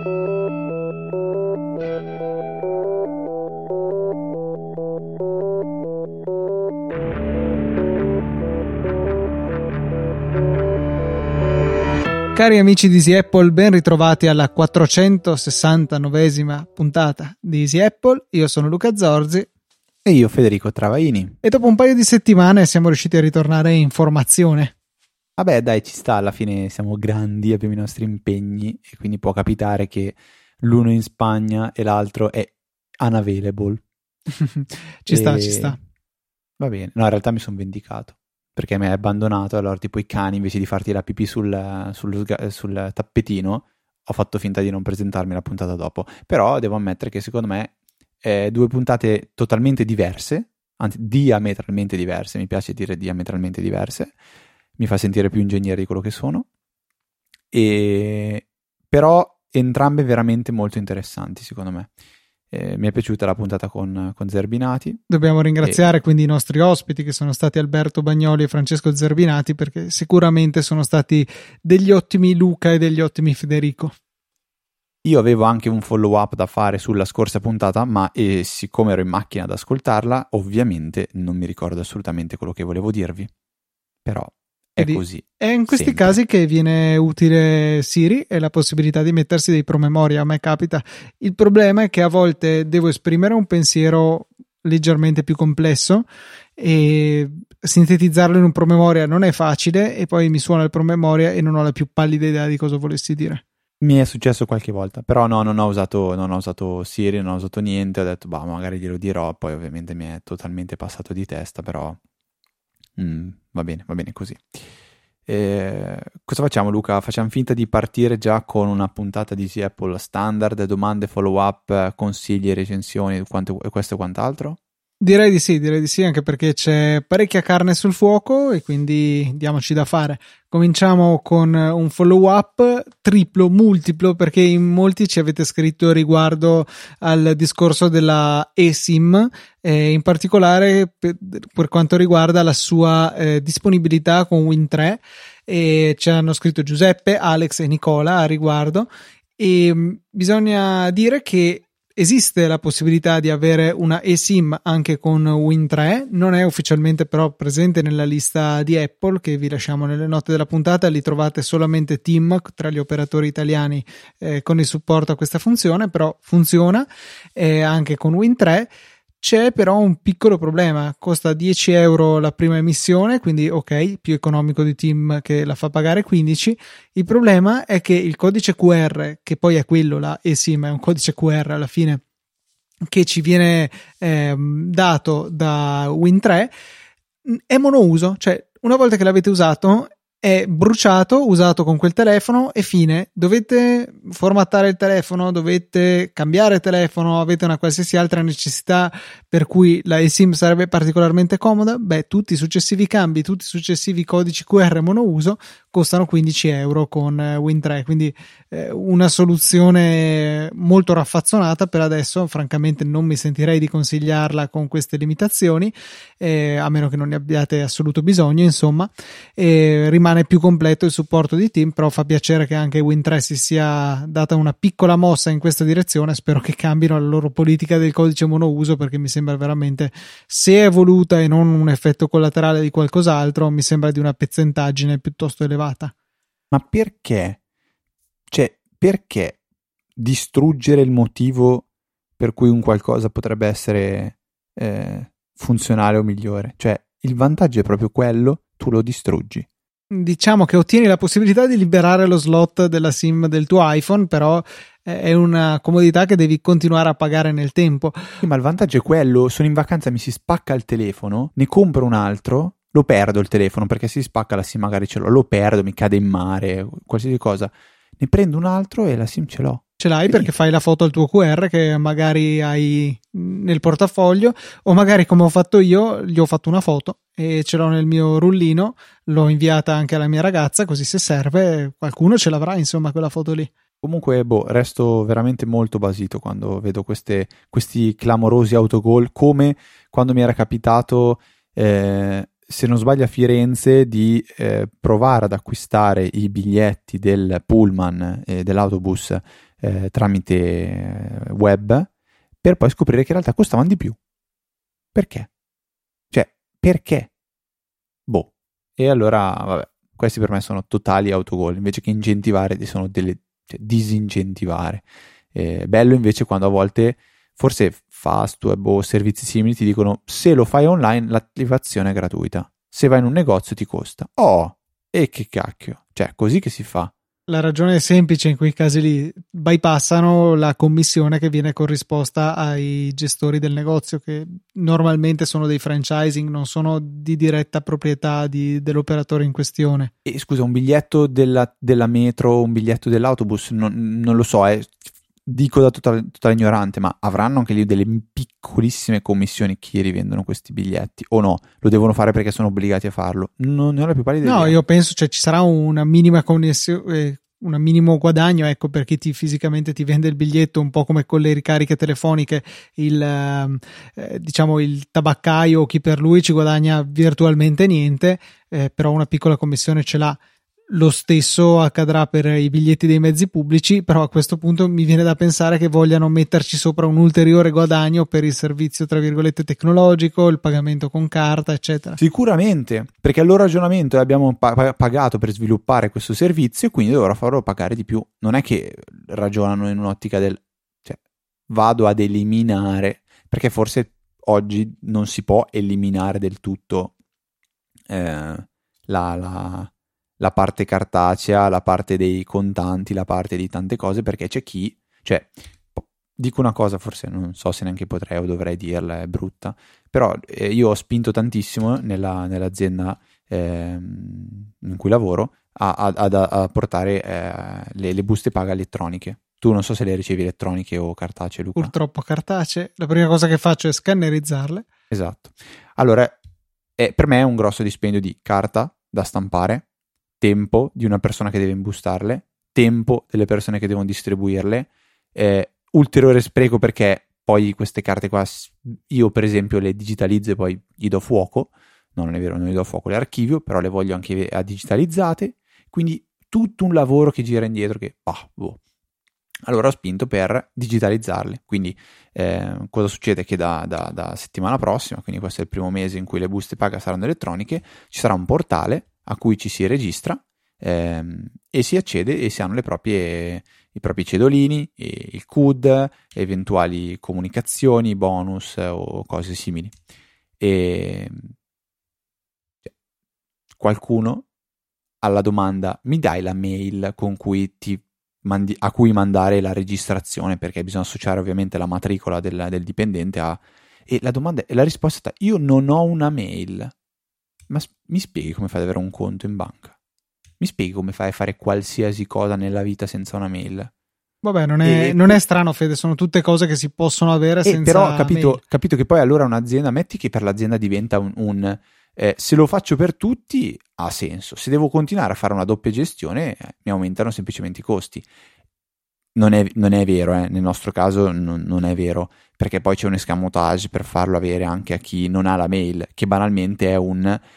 Cari amici di Easy Apple, ben ritrovati alla 469esima puntata di Easy Apple. Io sono Luca Zorzi. E io Federico Travaini. E dopo un paio di settimane siamo riusciti a ritornare in formazione. Vabbè dai, ci sta, alla fine siamo grandi, abbiamo i nostri impegni e quindi può capitare che l'uno è in Spagna e l'altro è unavailable. Ci sta. Va bene, no, in realtà mi sono vendicato perché mi hai abbandonato, allora tipo i cani invece di farti la pipì sul tappetino ho fatto finta di non presentarmi la puntata dopo, però devo ammettere che secondo me due puntate totalmente diverse, anzi diametralmente diverse, mi piace dire diametralmente diverse, mi fa sentire più ingegnere di quello che sono, però entrambe veramente molto interessanti secondo me. Mi è piaciuta la puntata con Zerbinati. Dobbiamo ringraziare quindi i nostri ospiti che sono stati Alberto Bagnoli e Francesco Zerbinati, perché sicuramente sono stati degli ottimi Luca e degli ottimi Federico. Io avevo anche un follow up da fare sulla scorsa puntata, ma siccome ero in macchina ad ascoltarla, ovviamente non mi ricordo assolutamente quello che volevo dirvi, però è Quindi così. È in questi sempre. casi che viene utile Siri e la possibilità di mettersi dei promemoria. A me capita. Il problema è che a volte devo esprimere un pensiero leggermente più complesso e sintetizzarlo in un promemoria non è facile, e poi mi suona il promemoria e non ho la più pallida idea di cosa volessi dire. Mi è successo qualche volta, però no, non ho usato Siri, non ho usato niente, ho detto magari glielo dirò, poi ovviamente mi è totalmente passato di testa, però va bene così. Cosa facciamo, Luca? Facciamo finta di partire già con una puntata di Easy Apple standard, domande, follow up, consigli, recensioni, questo e quant'altro? Direi di sì, anche perché c'è parecchia carne sul fuoco e quindi diamoci da fare. Cominciamo con un follow up multiplo, perché in molti ci avete scritto riguardo al discorso della eSIM, in particolare per quanto riguarda la sua disponibilità con Win3, e ci hanno scritto Giuseppe, Alex e Nicola a riguardo, e bisogna dire che esiste la possibilità di avere una eSIM anche con Win3, non è ufficialmente però presente nella lista di Apple, che vi lasciamo nelle note della puntata. Li trovate solamente TIM tra gli operatori italiani con il supporto a questa funzione, però funziona anche con Win3. C'è però un piccolo problema: costa 10 euro la prima emissione, quindi ok, più economico di TIM che la fa pagare 15. Il problema è che il codice QR, che poi è quello, la eSIM è un codice QR alla fine che ci viene dato da Win3, è monouso, cioè una volta che l'avete usato è bruciato, usato con quel telefono e fine. Dovete formattare il telefono, dovete cambiare il telefono, avete una qualsiasi altra necessità per cui la eSIM sarebbe particolarmente comoda, tutti i successivi cambi, tutti i successivi codici QR monouso costano 15 euro con Win3, quindi una soluzione molto raffazzonata per adesso. Francamente non mi sentirei di consigliarla con queste limitazioni, a meno che non ne abbiate assoluto bisogno, insomma. Rimane più completo il supporto di TIM, però fa piacere che anche Win3 si sia data una piccola mossa in questa direzione. Spero che cambino la loro politica del codice monouso, perché mi sembra veramente, se è voluta e non un effetto collaterale di qualcos'altro, mi sembra di una pezzentaggine piuttosto elevata. Ma perché? Cioè, perché distruggere il motivo per cui un qualcosa potrebbe essere funzionale o migliore? Cioè, il vantaggio è proprio quello, tu lo distruggi. Diciamo che ottieni la possibilità di liberare lo slot della SIM del tuo iPhone, però è una comodità che devi continuare a pagare nel tempo. Sì, ma il vantaggio è quello: sono in vacanza, mi si spacca il telefono, ne compro un altro, lo perdo il telefono perché si spacca la SIM, magari ce l'ho, lo perdo, mi cade in mare, qualsiasi cosa, ne prendo un altro e la SIM ce l'ho. Ce l'hai perché fai la foto al tuo QR che magari hai nel portafoglio, o magari, come ho fatto io, gli ho fatto una foto e ce l'ho nel mio rullino, l'ho inviata anche alla mia ragazza, così se serve qualcuno ce l'avrà, insomma, quella foto lì. Comunque, resto veramente molto basito quando vedo questi clamorosi autogol, come quando mi era capitato se non sbaglio a Firenze, di provare ad acquistare i biglietti del pullman e dell'autobus tramite web, per poi scoprire che in realtà costavano di più. Perché? Cioè, perché? Boh. E allora, vabbè, questi per me sono totali autogol, invece che incentivare sono disincentivare. Bello invece quando a volte, forse Fastweb o servizi simili ti dicono: se lo fai online l'attivazione è gratuita, se vai in un negozio ti costa. Oh, e che cacchio, cioè così che si fa. La ragione è semplice: in quei casi lì bypassano la commissione che viene corrisposta ai gestori del negozio, che normalmente sono dei franchising, non sono di diretta proprietà dell'operatore in questione. E scusa, un biglietto della metro, un biglietto dell'autobus, non lo so, dico da totale ignorante, ma avranno anche lì delle piccolissime commissioni chi rivendono questi biglietti, o no? Lo devono fare perché sono obbligati a farlo? Non ne ho la più pallida idea. No, io penso, cioè, ci sarà una minima connessione, un minimo guadagno, ecco, per chi fisicamente ti vende il biglietto, un po' come con le ricariche telefoniche, diciamo il tabaccaio o chi per lui ci guadagna virtualmente niente, però una piccola commissione ce l'ha. Lo stesso accadrà per i biglietti dei mezzi pubblici, però a questo punto mi viene da pensare che vogliano metterci sopra un ulteriore guadagno per il servizio, tra virgolette, tecnologico, il pagamento con carta, eccetera. Sicuramente, perché il loro ragionamento è: abbiamo pagato per sviluppare questo servizio, quindi dovrò farlo pagare di più. Non è che ragionano in un'ottica cioè, vado ad eliminare, perché forse oggi non si può eliminare del tutto la parte cartacea, la parte dei contanti, la parte di tante cose, perché c'è chi, cioè, dico una cosa, forse non so se neanche potrei o dovrei dirla, è brutta, però io ho spinto tantissimo nell'azienda in cui lavoro a portare le buste paga elettroniche. Tu non so se le ricevi elettroniche o cartacee, Luca. Purtroppo cartacee. La prima cosa che faccio è scannerizzarle. Esatto. Allora, per me è un grosso dispendio di carta da stampare, tempo di una persona che deve imbustarle, tempo delle persone che devono distribuirle, ulteriore spreco perché poi queste carte qua io per esempio le digitalizzo e poi gli do fuoco. No, non è vero, non gli do fuoco, le archivio, però le voglio anche digitalizzate, quindi tutto un lavoro che gira indietro che boh. Allora ho spinto per digitalizzarle, quindi cosa succede? Che da settimana prossima, quindi questo è il primo mese in cui le buste paga saranno elettroniche, ci sarà un portale a cui ci si registra e si accede e si hanno i propri cedolini, il CUD, eventuali comunicazioni, bonus o cose simili. E qualcuno alla domanda: mi dai la mail con cui a cui mandare la registrazione, perché bisogna associare ovviamente la matricola del dipendente e la risposta è stata: io non ho una mail. Ma mi spieghi come fai ad avere un conto in banca? Mi spieghi come fai a fare qualsiasi cosa nella vita senza una mail? Vabbè, non è strano, Fede, sono tutte cose che si possono avere senza però mail. capito che poi allora un'azienda, metti che per l'azienda diventa se lo faccio per tutti ha senso, se devo continuare a fare una doppia gestione mi aumentano semplicemente i costi. Non è vero, nel nostro caso non è vero, perché poi c'è un escamotage per farlo avere anche a chi non ha la mail, che banalmente è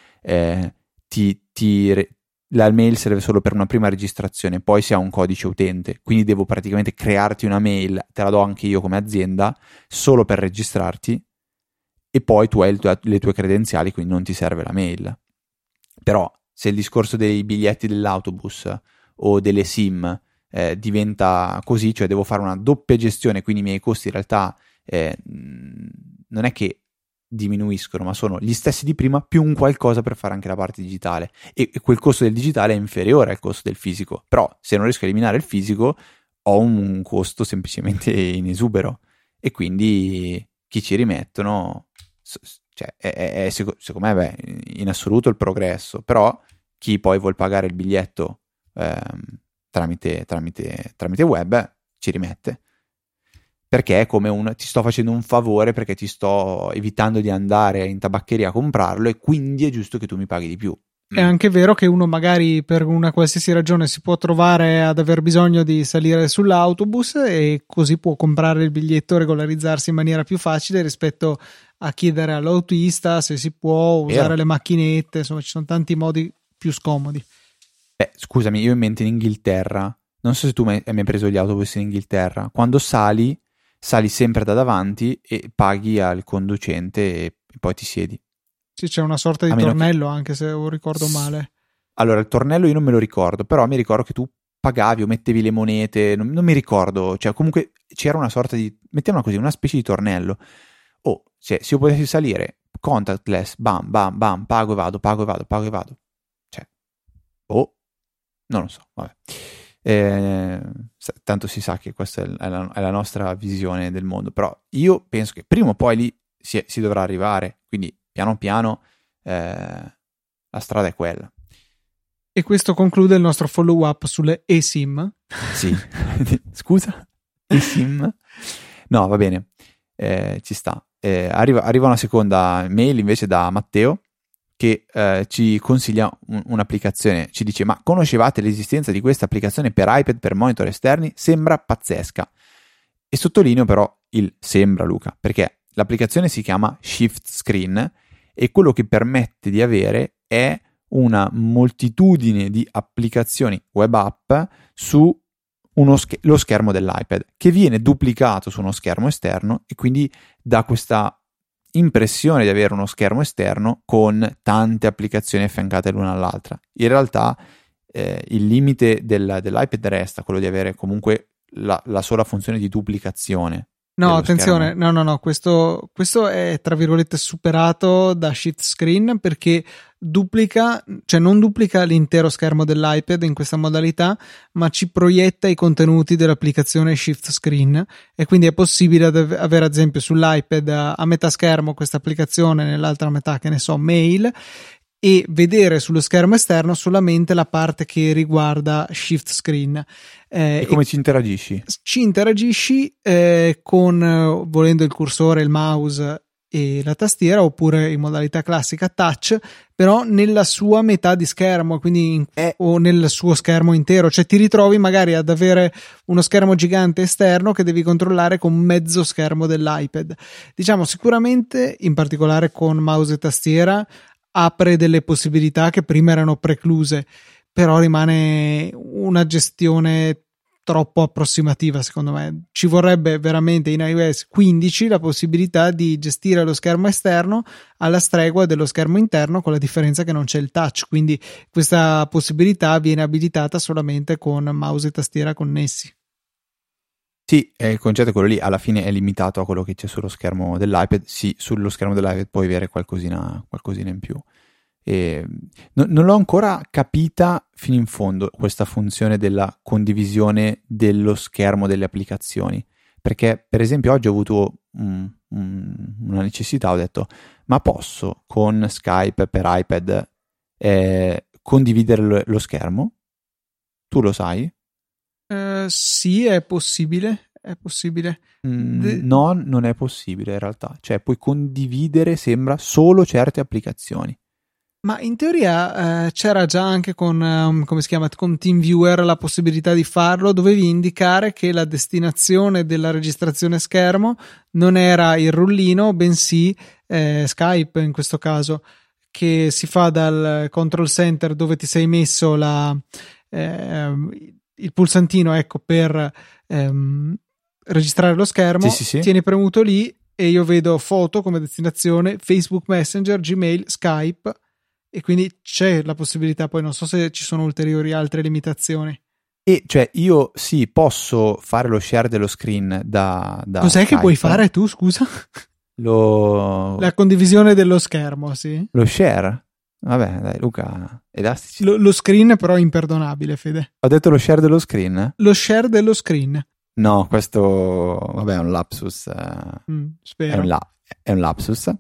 la mail serve solo per una prima registrazione, poi si ha un codice utente, quindi devo praticamente crearti una mail, te la do anche io come azienda, solo per registrarti, e poi tu hai le tue credenziali, quindi non ti serve la mail. Però se il discorso dei biglietti dell'autobus o delle SIM diventa così, cioè devo fare una doppia gestione, quindi i miei costi in realtà non è che diminuiscono, ma sono gli stessi di prima più un qualcosa per fare anche la parte digitale, e quel costo del digitale è inferiore al costo del fisico, però se non riesco a eliminare il fisico ho un costo semplicemente in esubero, e quindi chi ci rimettono, cioè è secondo me in assoluto il progresso, però chi poi vuol pagare il biglietto tramite web ci rimette, perché è come ti sto facendo un favore, perché ti sto evitando di andare in tabaccheria a comprarlo, e quindi è giusto che tu mi paghi di più. È anche vero che uno magari per una qualsiasi ragione si può trovare ad aver bisogno di salire sull'autobus e così può comprare il biglietto e regolarizzarsi in maniera più facile rispetto a chiedere all'autista se si può usare le macchinette, insomma ci sono tanti modi più scomodi. Scusami, io ho in mente in Inghilterra, non so se tu mi hai preso gli autobus in Inghilterra, quando sali sempre da davanti e paghi al conducente e poi ti siedi. Sì, c'è una sorta di tornello, anche se lo ricordo male. Allora, il tornello io non me lo ricordo, però mi ricordo che tu pagavi o mettevi le monete, non mi ricordo, cioè comunque c'era una sorta di, mettiamola così, una specie di tornello. Se io potessi salire, contactless, bam, bam, bam, pago e vado. Cioè, non lo so, vabbè. Tanto si sa che questa è la nostra visione del mondo, però io penso che prima o poi lì si dovrà arrivare, quindi piano piano la strada è quella. E questo conclude il nostro follow up sulle eSIM. Sì, scusa, eSIM? No, va bene, ci sta. Arriva una seconda mail invece da Matteo che ci consiglia un'applicazione, ci dice: ma conoscevate l'esistenza di questa applicazione per iPad per monitor esterni? Sembra pazzesca. E sottolineo però il sembra, Luca, perché l'applicazione si chiama Shift Screen e quello che permette di avere è una moltitudine di applicazioni web app su lo schermo dell'iPad, che viene duplicato su uno schermo esterno e quindi dà questa impressione di avere uno schermo esterno con tante applicazioni affiancate l'una all'altra. In realtà il limite dell'iPad resta quello di avere comunque la sola funzione di duplicazione. No, attenzione, schermo. No, questo è tra virgolette superato da Shift Screen, perché non duplica l'intero schermo dell'iPad in questa modalità, ma ci proietta i contenuti dell'applicazione Shift Screen, e quindi è possibile avere ad esempio sull'iPad a metà schermo questa applicazione, nell'altra metà, che ne so, mail, e vedere sullo schermo esterno solamente la parte che riguarda Shift Screen. E come ci interagisci? Ci interagisci con, volendo, il cursore, il mouse e la tastiera, oppure in modalità classica touch, però nella sua metà di schermo, quindi o nel suo schermo intero, cioè ti ritrovi magari ad avere uno schermo gigante esterno che devi controllare con mezzo schermo dell'iPad. Diciamo, sicuramente, in particolare con mouse e tastiera, apre delle possibilità che prima erano precluse, però rimane una gestione troppo approssimativa, secondo me. Ci vorrebbe veramente in iOS 15 la possibilità di gestire lo schermo esterno alla stregua dello schermo interno, con la differenza che non c'è il touch, quindi questa possibilità viene abilitata solamente con mouse e tastiera connessi. Sì, il concetto è quello lì, alla fine è limitato a quello che c'è sullo schermo dell'iPad. Sì, sullo schermo dell'iPad puoi avere qualcosina in più. Non l'ho ancora capita fino in fondo questa funzione della condivisione dello schermo delle applicazioni, perché per esempio oggi ho avuto una necessità, ho detto: ma posso con Skype per iPad condividere lo schermo? Tu lo sai? Sì, è possibile. No, non è possibile in realtà. Cioè, puoi condividere, sembra, solo certe applicazioni. Ma in teoria c'era già anche con, come si chiama, con TeamViewer la possibilità di farlo. Dovevi indicare che la destinazione della registrazione schermo non era il rullino, bensì Skype, in questo caso, che si fa dal control center dove ti sei messo il pulsantino, ecco, per registrare lo schermo. Sì. Tieni premuto lì e io vedo foto come destinazione, Facebook Messenger, Gmail, Skype, e quindi c'è la possibilità. Poi non so se ci sono ulteriori altre limitazioni. E cioè io sì, posso fare lo share dello screen da Cos'è Skype. Che puoi fare tu, scusa? La condivisione dello schermo, sì. Lo share? Vabbè, dai, Luca, elastici. Lo screen però è imperdonabile, Fede. Ho detto lo share dello screen? Lo share dello screen. No, questo, vabbè, è un lapsus. Spero. È un lapsus.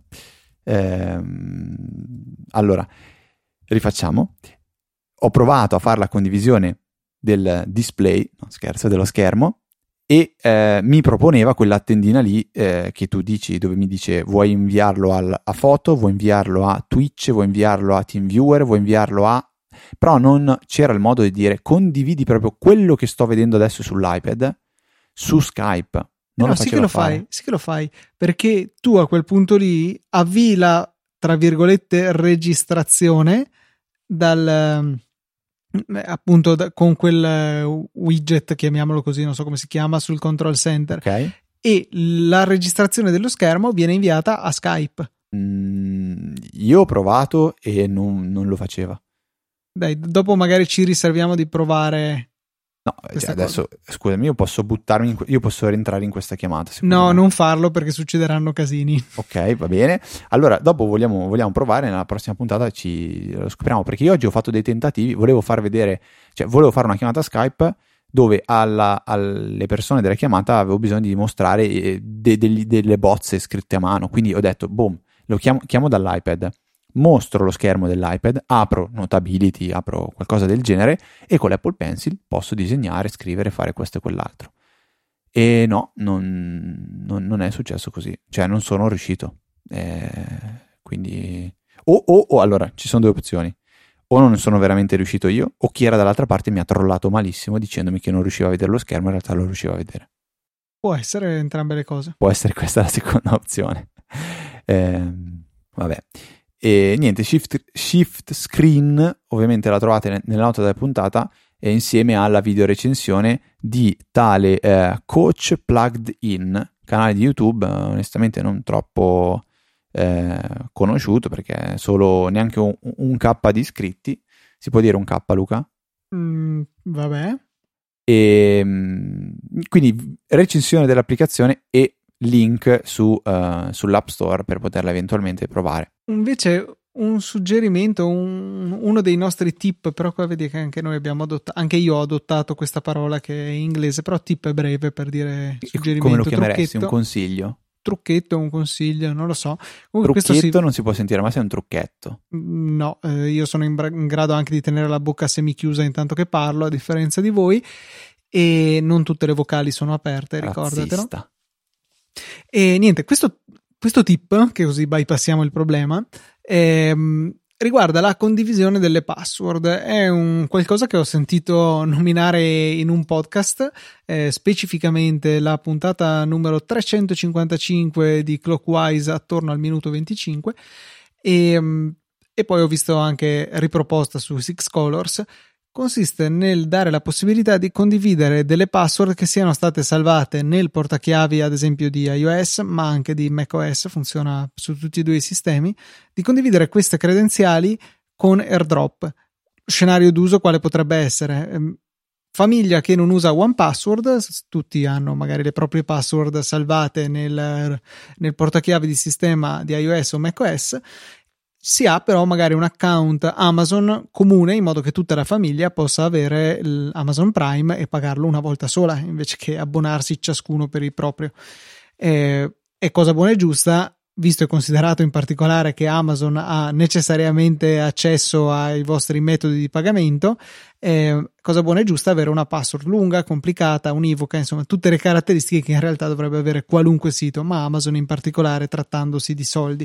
Allora, rifacciamo. Ho provato a fare la condivisione del display, no scherzo, dello schermo, e mi proponeva quella tendina lì che tu dici, dove mi dice: vuoi inviarlo a foto, vuoi inviarlo a Twitch, vuoi inviarlo a TeamViewer, vuoi inviarlo a... Però non c'era il modo di dire condividi proprio quello che sto vedendo adesso sull'iPad su Skype. non no, lo faceva fare. Sì che lo fai, perché tu a quel punto lì avvii la, tra virgolette, registrazione dal appunto con quel widget, chiamiamolo così, non so come si chiama, sul control center, Ok. e la registrazione dello schermo viene inviata a Skype. Io ho provato e non lo faceva. Dai, dopo magari ci riserviamo di provare. No, cioè adesso, scusami, io posso buttarmi io posso rientrare in questa chiamata. No, me. non farlo perché succederanno casini. Ok, va bene. Allora, dopo vogliamo provare, nella prossima puntata lo scopriamo, perché io oggi ho fatto dei tentativi, volevo far vedere, cioè volevo fare una chiamata Skype dove alle persone della chiamata avevo bisogno di mostrare delle bozze scritte a mano, quindi ho detto, boom, lo chiamo dall'iPad. Mostro lo schermo dell'iPad, apro Notability, apro qualcosa del genere e con l'Apple Pencil posso disegnare, scrivere, fare questo e quell'altro. E no, non è successo così, cioè non sono riuscito. Quindi allora ci sono due opzioni: o non sono veramente riuscito io, o chi era dall'altra parte mi ha trollato malissimo dicendomi che non riusciva a vedere lo schermo, in realtà lo riusciva a vedere. Può essere entrambe le cose. Può essere questa la seconda opzione. Vabbè. E niente, Shift Screen ovviamente la trovate nella nota della puntata, insieme alla video recensione di tale Coach Plugged In, canale di YouTube onestamente non troppo conosciuto, perché è solo neanche un K di iscritti. Si può dire un K, Luca? Vabbè. E quindi recensione dell'applicazione e link sull'App Store per poterla eventualmente provare. Invece un suggerimento, uno dei nostri tip, però qua vedi che anche noi abbiamo adottato, anche io ho adottato questa parola che è in inglese, però tip è breve per dire suggerimento. Come lo chiameresti? Trucchetto, un consiglio? Trucchetto, un consiglio, non lo so. Comunque, trucchetto non si può sentire, ma sei un trucchetto. No, io sono in grado anche di tenere la bocca semichiusa intanto che parlo, a differenza di voi, e non tutte le vocali sono aperte, ricordatelo. E niente, questo tip, che così bypassiamo il problema, riguarda la condivisione delle password. È un qualcosa che ho sentito nominare in un podcast, specificamente la puntata numero 355 di Clockwise, attorno al minuto 25, e poi ho visto anche riproposta su Six Colors. Consiste nel dare la possibilità di condividere delle password che siano state salvate nel portachiavi, ad esempio di iOS, ma anche di macOS, funziona su tutti e due i sistemi, di condividere queste credenziali con AirDrop. Scenario d'uso quale potrebbe essere? Famiglia che non usa OnePassword, tutti hanno magari le proprie password salvate nel portachiavi di sistema di iOS o macOS. Si ha però magari un account Amazon comune, in modo che tutta la famiglia possa avere l'Amazon Prime e pagarlo una volta sola, invece che abbonarsi ciascuno per il proprio. È cosa buona e giusta, visto e considerato in particolare che Amazon ha necessariamente accesso ai vostri metodi di pagamento. Cosa buona e giusta avere una password lunga, complicata, univoca, insomma tutte le caratteristiche che in realtà dovrebbe avere qualunque sito, ma Amazon in particolare, trattandosi di soldi.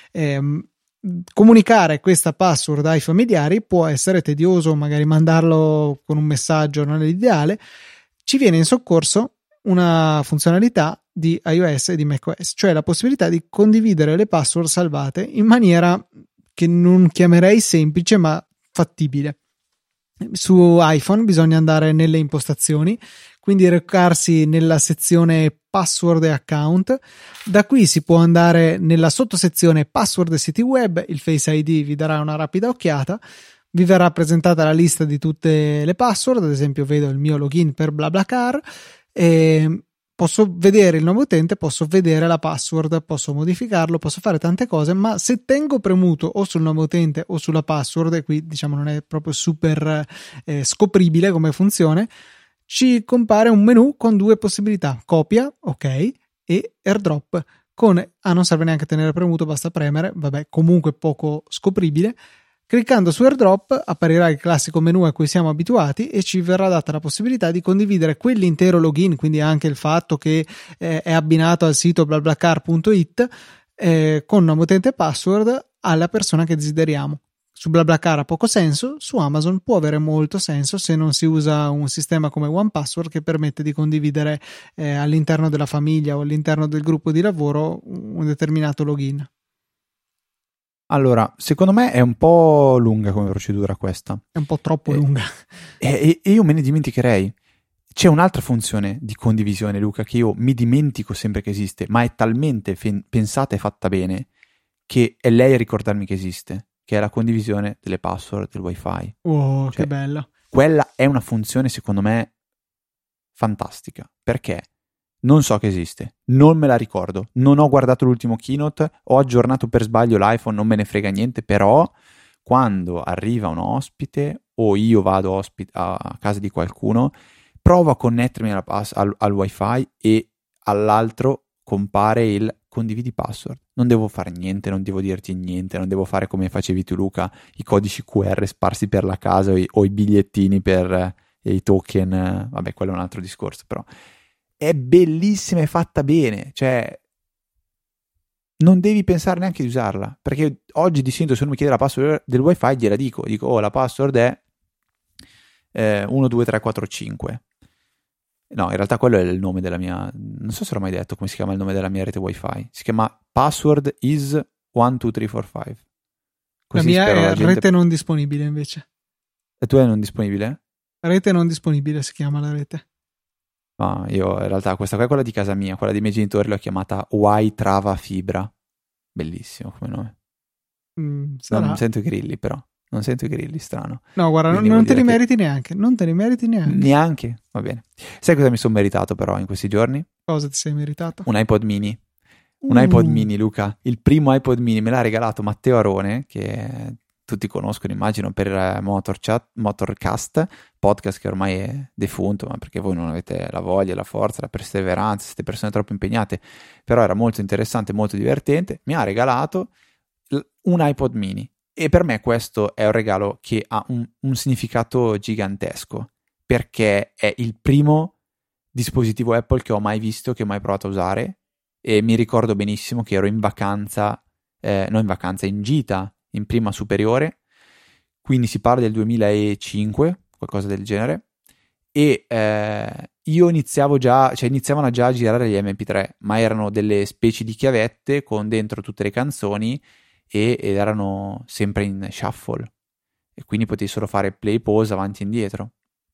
Comunicare questa password ai familiari può essere tedioso, magari mandarlo con un messaggio non è l'ideale. Ci viene in soccorso una funzionalità di iOS e di macOS, cioè la possibilità di condividere le password salvate in maniera che non chiamerei semplice ma fattibile. Su iPhone bisogna andare nelle impostazioni, quindi recarsi nella sezione password e account. Da qui si può andare nella sottosezione password e siti web, il Face ID vi darà una rapida occhiata, vi verrà presentata la lista di tutte le password, ad esempio vedo il mio login per BlaBlaCar, e posso vedere il nome utente, posso vedere la password, posso modificarlo, posso fare tante cose, ma se tengo premuto o sul nome utente o sulla password, e qui diciamo non è proprio super scopribile come funzione, ci compare un menu con due possibilità: copia, ok, e AirDrop. Non serve neanche tenere premuto, basta premere, vabbè, comunque poco scopribile. Cliccando su AirDrop apparirà il classico menu a cui siamo abituati e ci verrà data la possibilità di condividere quell'intero login, quindi anche il fatto che è abbinato al sito blablacar.it con nome utente e password alla persona che desideriamo. su BlaBlaCar ha poco senso, su Amazon può avere molto senso se non si usa un sistema come OnePassword che permette di condividere all'interno della famiglia o all'interno del gruppo di lavoro un determinato login. Allora, secondo me è un po' lunga come procedura questa. È un po' troppo lunga. E io me ne dimenticherei. C'è un'altra funzione di condivisione, Luca, che io mi dimentico sempre che esiste, ma è talmente pensata e fatta bene che è lei a ricordarmi che esiste, che è la condivisione delle password del wifi. Oh, cioè, che bella. Quella è una funzione, secondo me, fantastica, perché non so che esiste, non me la ricordo, non ho guardato l'ultimo keynote, ho aggiornato per sbaglio l'iPhone, non me ne frega niente, però quando arriva un ospite o io vado a casa di qualcuno, provo a connettermi al wifi e all'altro compare il condividi password. Non devo fare niente, non devo dirti niente, non devo fare come facevi tu, Luca, i codici QR sparsi per la casa o i bigliettini per i token. Vabbè, quello è un altro discorso, però è bellissima e fatta bene, cioè non devi pensare neanche di usarla, perché oggi di solito se uno mi chiede la password del wifi gliela dico oh, la password è 1, 2, 3, 4, 5. No, in realtà quello è il nome della mia, non so se l'ho mai detto come si chiama il nome della mia rete wifi, si chiama password is 1, 2, 3, 4, 5. Così la mia è rete non disponibile invece. E tu è non disponibile? Rete non disponibile si chiama la rete. No, io in realtà questa qua è quella di casa mia, quella dei miei genitori l'ho chiamata Wi Trava Fibra. Bellissimo come nome. Sarà. Non sento i grilli però. Non sento i grilli, strano. No, guarda, non te li meriti neanche. Non te li meriti neanche. Neanche? Va bene. Sai cosa mi sono meritato però in questi giorni? Cosa ti sei meritato? Un iPod mini. Un iPod mini, Luca. Il primo iPod mini me l'ha regalato Matteo Arone, che tutti conoscono, immagino, per Motorcast, podcast che ormai è defunto, ma perché voi non avete la voglia, la forza, la perseveranza, siete persone troppo impegnate. Però era molto interessante, molto divertente. Mi ha regalato un iPod mini. E per me questo è un regalo che ha un significato gigantesco, perché è il primo dispositivo Apple che ho mai visto, che ho mai provato a usare, e mi ricordo benissimo che ero in vacanza, non in vacanza, in gita, in prima superiore, quindi si parla del 2005, qualcosa del genere, e io iniziavano già a girare gli MP3, ma erano delle specie di chiavette con dentro tutte le canzoni, ed erano sempre in shuffle e quindi potevi solo fare play, pause, avanti e indietro.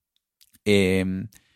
E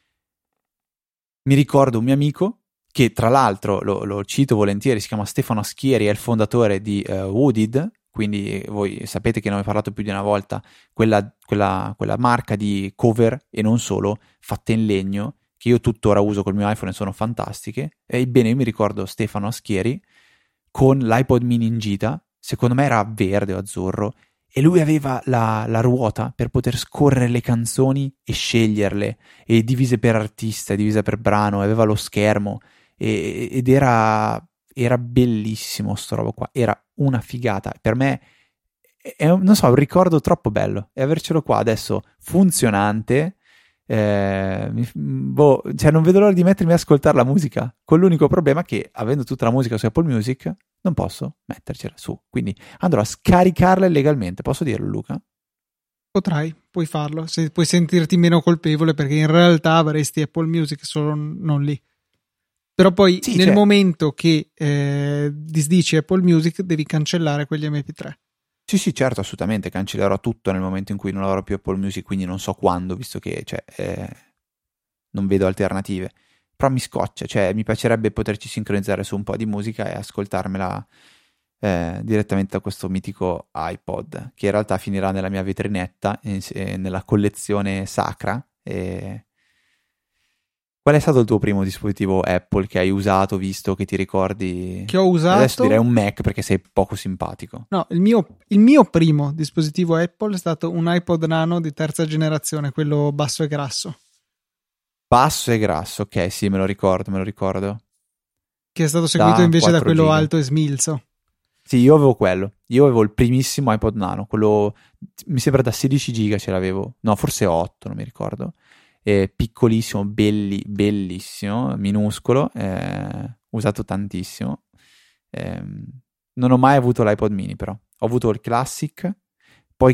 mi ricordo un mio amico che tra l'altro lo cito volentieri, si chiama Stefano Aschieri, è il fondatore di Wooded, quindi voi sapete che ne ho parlato più di una volta, quella marca di cover e non solo fatte in legno che io tuttora uso col mio iPhone e sono fantastiche. Ebbene, io mi ricordo Stefano Aschieri con l'iPod mini in gita, secondo me era verde o azzurro, e lui aveva la ruota per poter scorrere le canzoni e sceglierle, e divise per artista, divise per brano, aveva lo schermo, ed era bellissimo sto roba qua, era una figata. Per me è non so, un ricordo troppo bello, e avercelo qua adesso funzionante, cioè non vedo l'ora di mettermi ad ascoltare la musica, con l'unico problema che avendo tutta la musica su Apple Music non posso mettercela su, quindi andrò a scaricarla illegalmente, posso dirlo, Luca? Puoi farlo, se puoi sentirti meno colpevole, perché in realtà avresti Apple Music solo non lì. Però poi sì, nel momento che disdici Apple Music devi cancellare quegli MP3. Sì, certo, assolutamente, cancellerò tutto nel momento in cui non avrò più Apple Music, quindi non so quando, visto che non vedo alternative. Però mi scoccia, cioè mi piacerebbe poterci sincronizzare su un po' di musica e ascoltarmela direttamente da questo mitico iPod, che in realtà finirà nella mia vetrinetta, nella collezione sacra. Qual è stato il tuo primo dispositivo Apple che hai usato, visto, che ti ricordi? Che ho usato? Adesso direi un Mac perché sei poco simpatico. No, il mio primo dispositivo Apple è stato un iPod Nano di terza generazione, quello basso e grasso. Basso e grasso, ok, sì, me lo ricordo. Che è stato seguito invece da quello giga. alto e smilzo. Sì, io avevo quello. Io avevo il primissimo iPod Nano, quello mi sembra da 16 giga ce l'avevo. No, forse 8, non mi ricordo. Piccolissimo, bellissimo, minuscolo, usato tantissimo. Non ho mai avuto l'iPod mini, però ho avuto il Classic, poi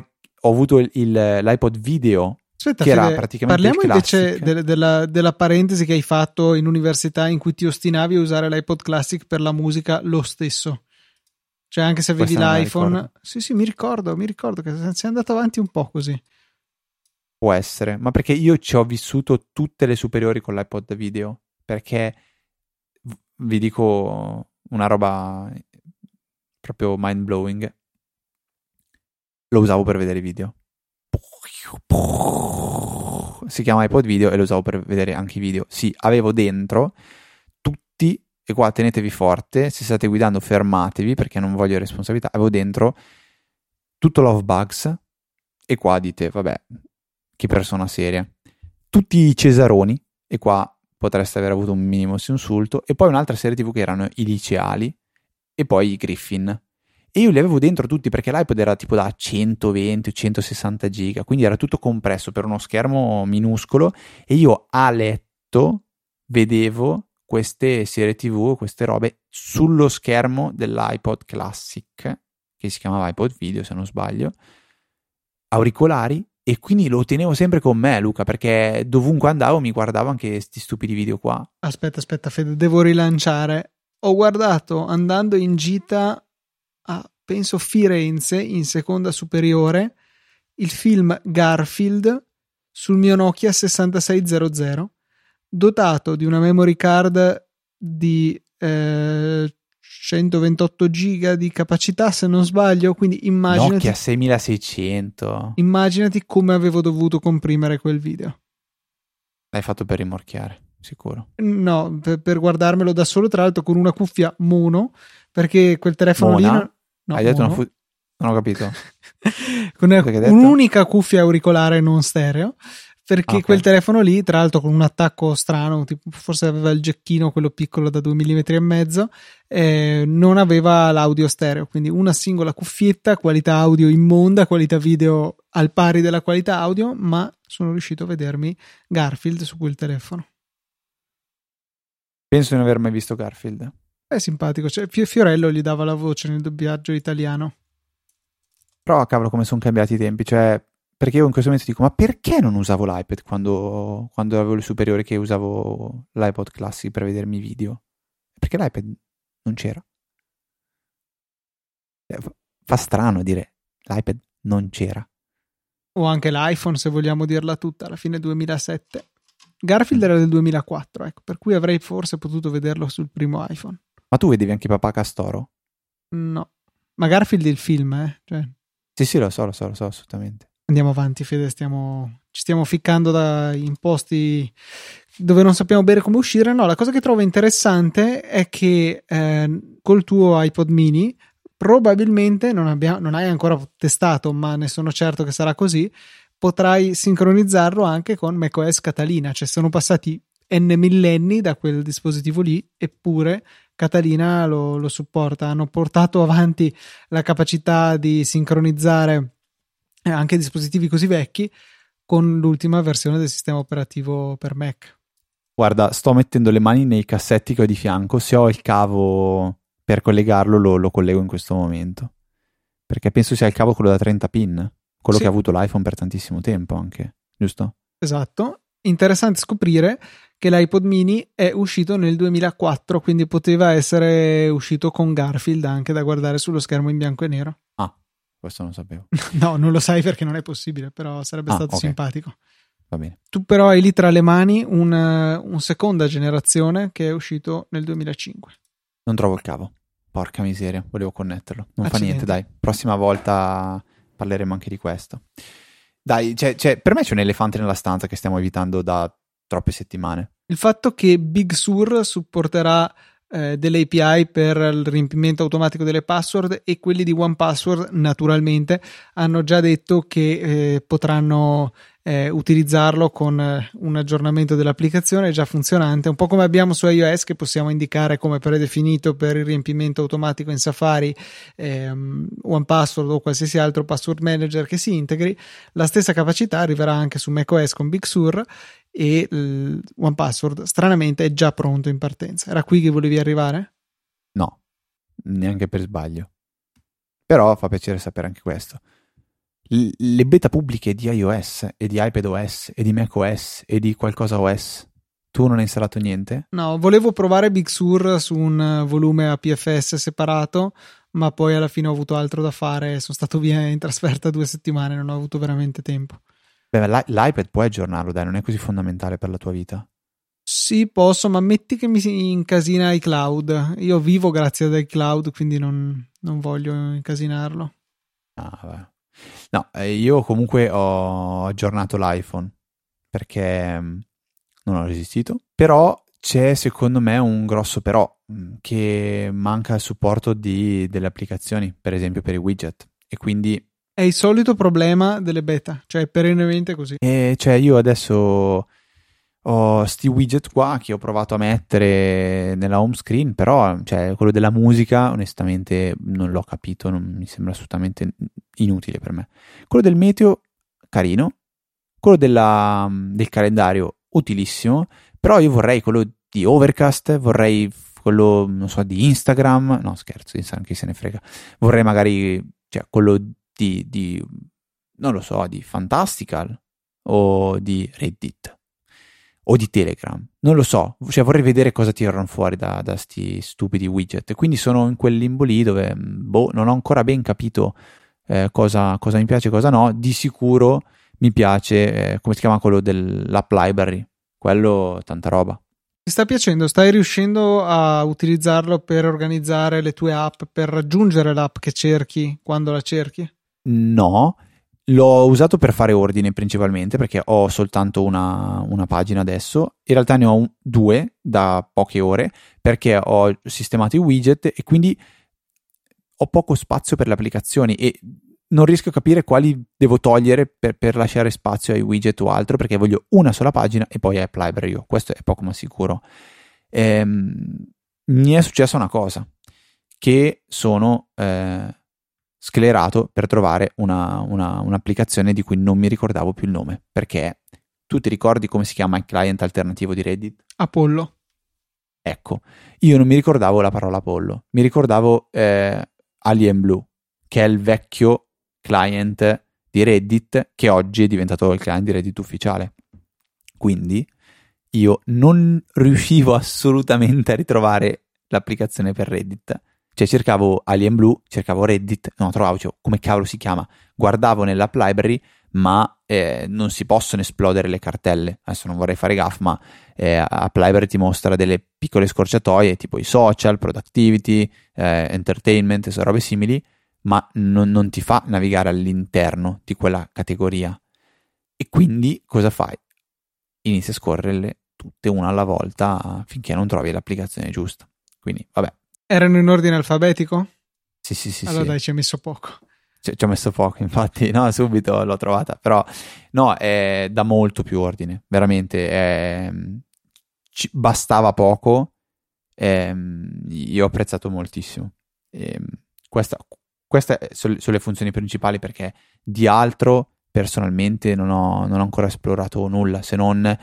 ho avuto l'iPod video. Aspetta, che Fede, era praticamente parliamo il invece Classic. della parentesi che hai fatto in università in cui ti ostinavi a usare l'iPod Classic per la musica lo stesso. Cioè, anche se avevi Questa non me la l'iPhone. ricordo. Sì, mi ricordo che sei andato avanti un po' così. Può essere, ma perché io ci ho vissuto tutte le superiori con l'iPod video, perché vi dico una roba proprio mind blowing, lo usavo per vedere video. Si chiama iPod video e lo usavo per vedere anche i video. Sì, avevo dentro tutti, e qua tenetevi forte, se state guidando fermatevi perché non voglio responsabilità, avevo dentro tutto Love Bugs, e qua dite, vabbè, che persona seria. Tutti i Cesaroni, e qua potreste aver avuto un minimo insulto, e poi un'altra serie TV che erano i liceali, e poi i Griffin. E io li avevo dentro tutti perché l'iPod era tipo da 120 o 160 giga, quindi era tutto compresso per uno schermo minuscolo, e io a letto vedevo queste serie TV, queste robe sullo schermo dell'iPod Classic, che si chiamava iPod Video se non sbaglio, auricolari, e quindi lo tenevo sempre con me, Luca, perché dovunque andavo mi guardavo anche questi stupidi video qua. Aspetta, Fede, devo rilanciare. Ho guardato andando in gita a, penso, Firenze, in seconda superiore, il film Garfield sul mio Nokia 6600, dotato di una memory card di 128 giga di capacità, se non sbaglio, quindi Nokia 6600. immaginati come avevo dovuto comprimere quel video. L'hai fatto per rimorchiare, sicuro. No, per guardarmelo da solo, tra l'altro con una cuffia mono, perché quel telefono Mona? lì... No, Hai detto mono. non ho capito. Con Cosa che hai detto? un'unica cuffia auricolare non stereo, perché Ok. quel telefono lì, tra l'altro con un attacco strano, tipo, forse aveva il gecchino, quello piccolo da 2,5 mm, non aveva l'audio stereo, quindi una singola cuffietta, qualità audio immonda, qualità video al pari della qualità audio, ma sono riuscito a vedermi Garfield su quel telefono. Penso di non aver mai visto Garfield. È simpatico, cioè, Fiorello gli dava la voce nel doppiaggio italiano. Però cavolo come sono cambiati i tempi, cioè perché io in questo momento dico ma perché non usavo l'iPad quando avevo le superiori, che usavo l'iPod Classic per vedermi i video? Perché l'iPad non c'era. Fa strano dire l'iPad non c'era. O anche l'iPhone, se vogliamo dirla tutta, alla fine 2007. Garfield era del 2004, ecco, per cui avrei forse potuto vederlo sul primo iPhone. Ma tu vedevi anche Papà Castoro? No, ma Garfield è il film, cioè... Sì, lo so assolutamente. Andiamo avanti, Fede, ci stiamo ficcando in posti dove non sappiamo bene come uscire. No, la cosa che trovo interessante è che col tuo iPod mini probabilmente non hai ancora testato, ma ne sono certo che sarà così, potrai sincronizzarlo anche con macOS Catalina, cioè sono passati n millenni da quel dispositivo lì, eppure Catalina lo supporta. Hanno portato avanti la capacità di sincronizzare anche dispositivi così vecchi con l'ultima versione del sistema operativo per Mac. Guarda, sto mettendo le mani nei cassetti che ho di fianco, se ho il cavo per collegarlo lo collego in questo momento, perché penso sia il cavo quello da 30 pin, quello Sì. che ha avuto l'iPhone per tantissimo tempo anche, giusto? Esatto. Interessante scoprire che l'iPod mini è uscito nel 2004, quindi poteva essere uscito con Garfield anche da guardare sullo schermo in bianco e nero. Ah, questo non sapevo. No, non lo sai perché non è possibile, però sarebbe stato ok. simpatico. Va bene. Tu però hai lì tra le mani un seconda generazione che è uscito nel 2005. Non trovo il cavo. Porca miseria, volevo connetterlo. Non fa Accidenti. niente, dai. Prossima volta parleremo anche di questo. Dai, per me c'è un elefante nella stanza che stiamo evitando da troppe settimane. Il fatto che Big Sur supporterà delle API per il riempimento automatico delle password, e quelli di OnePassword naturalmente hanno già detto che potranno utilizzarlo con un aggiornamento dell'applicazione già funzionante, un po' come abbiamo su iOS, che possiamo indicare come predefinito per il riempimento automatico in Safari OnePassword o qualsiasi altro password manager che si integri. La stessa capacità arriverà anche su macOS con Big Sur, e OnePassword stranamente è già pronto in partenza. Era qui che volevi arrivare? No, neanche per sbaglio. Però fa piacere sapere anche questo. le beta pubbliche di iOS e di iPadOS e di macOS e di qualcosa OS. Tu non hai installato niente? No, volevo provare Big Sur su un volume APFS separato, ma poi alla fine ho avuto altro da fare. Sono stato via in trasferta 2 settimane, non ho avuto veramente tempo. Beh, l'iPad puoi aggiornarlo, dai, non è così fondamentale per la tua vita. Sì, posso, ma metti che mi si incasina iCloud. Io vivo grazie ad iCloud, quindi non voglio incasinarlo. Ah, vabbè. No, io comunque ho aggiornato l'iPhone perché non ho resistito. Però c'è secondo me un grosso però, che manca il supporto delle applicazioni, per esempio per i widget. E quindi È il solito problema delle beta, cioè perennemente così. cioè io adesso ho sti widget qua che ho provato a mettere nella home screen, però cioè, quello della musica onestamente non l'ho capito, non mi sembra assolutamente inutile per me. Quello del meteo, carino. Quello del calendario, utilissimo. Però io vorrei quello di Overcast, vorrei quello, non so, di Instagram. No, scherzo, Instagram chi se ne frega. Vorrei magari, cioè, quello non lo so, di Fantastical o di Reddit o di Telegram, non lo so, cioè vorrei vedere cosa tirano fuori da sti stupidi widget. Quindi sono in quel limbo lì dove non ho ancora ben capito cosa mi piace e cosa no. Di sicuro mi piace, come si chiama quello dell'app library, quello tanta roba. Ti sta piacendo? Stai riuscendo a utilizzarlo per organizzare le tue app, per raggiungere l'app che cerchi quando la cerchi? No, l'ho usato per fare ordine principalmente perché ho soltanto una pagina adesso. In realtà ne ho due da poche ore perché ho sistemato i widget e quindi ho poco spazio per le applicazioni e non riesco a capire quali devo togliere per lasciare spazio ai widget o altro, perché voglio una sola pagina e poi App Library. Questo è poco ma sicuro. Mi è successa una cosa, che sono sclerato per trovare un'applicazione di cui non mi ricordavo più il nome, perché tu ti ricordi come si chiama il client alternativo di Reddit? Apollo. Ecco, io non mi ricordavo la parola Apollo, mi ricordavo Alien Blue, che è il vecchio client di Reddit che oggi è diventato il client di Reddit ufficiale. Quindi io non riuscivo assolutamente a ritrovare l'applicazione per Reddit. Cioè cercavo Alien Blue, cercavo Reddit, non lo trovavo, cioè, come cavolo si chiama? Guardavo nell'app library, ma non si possono esplodere le cartelle. Adesso non vorrei fare gaff, ma App Library ti mostra delle piccole scorciatoie tipo i social, productivity, entertainment e robe simili, ma non ti fa navigare all'interno di quella categoria. E quindi cosa fai? Inizi a scorrerle tutte una alla volta finché non trovi l'applicazione giusta. Quindi vabbè. Erano in ordine alfabetico? Sì. Allora dai, ci hai messo poco. Ci ho messo poco, infatti, no, subito l'ho trovata, però no, è da molto più ordine, veramente, bastava poco, io ho apprezzato moltissimo. Queste sono le funzioni principali, perché di altro personalmente non ho ancora esplorato nulla, se non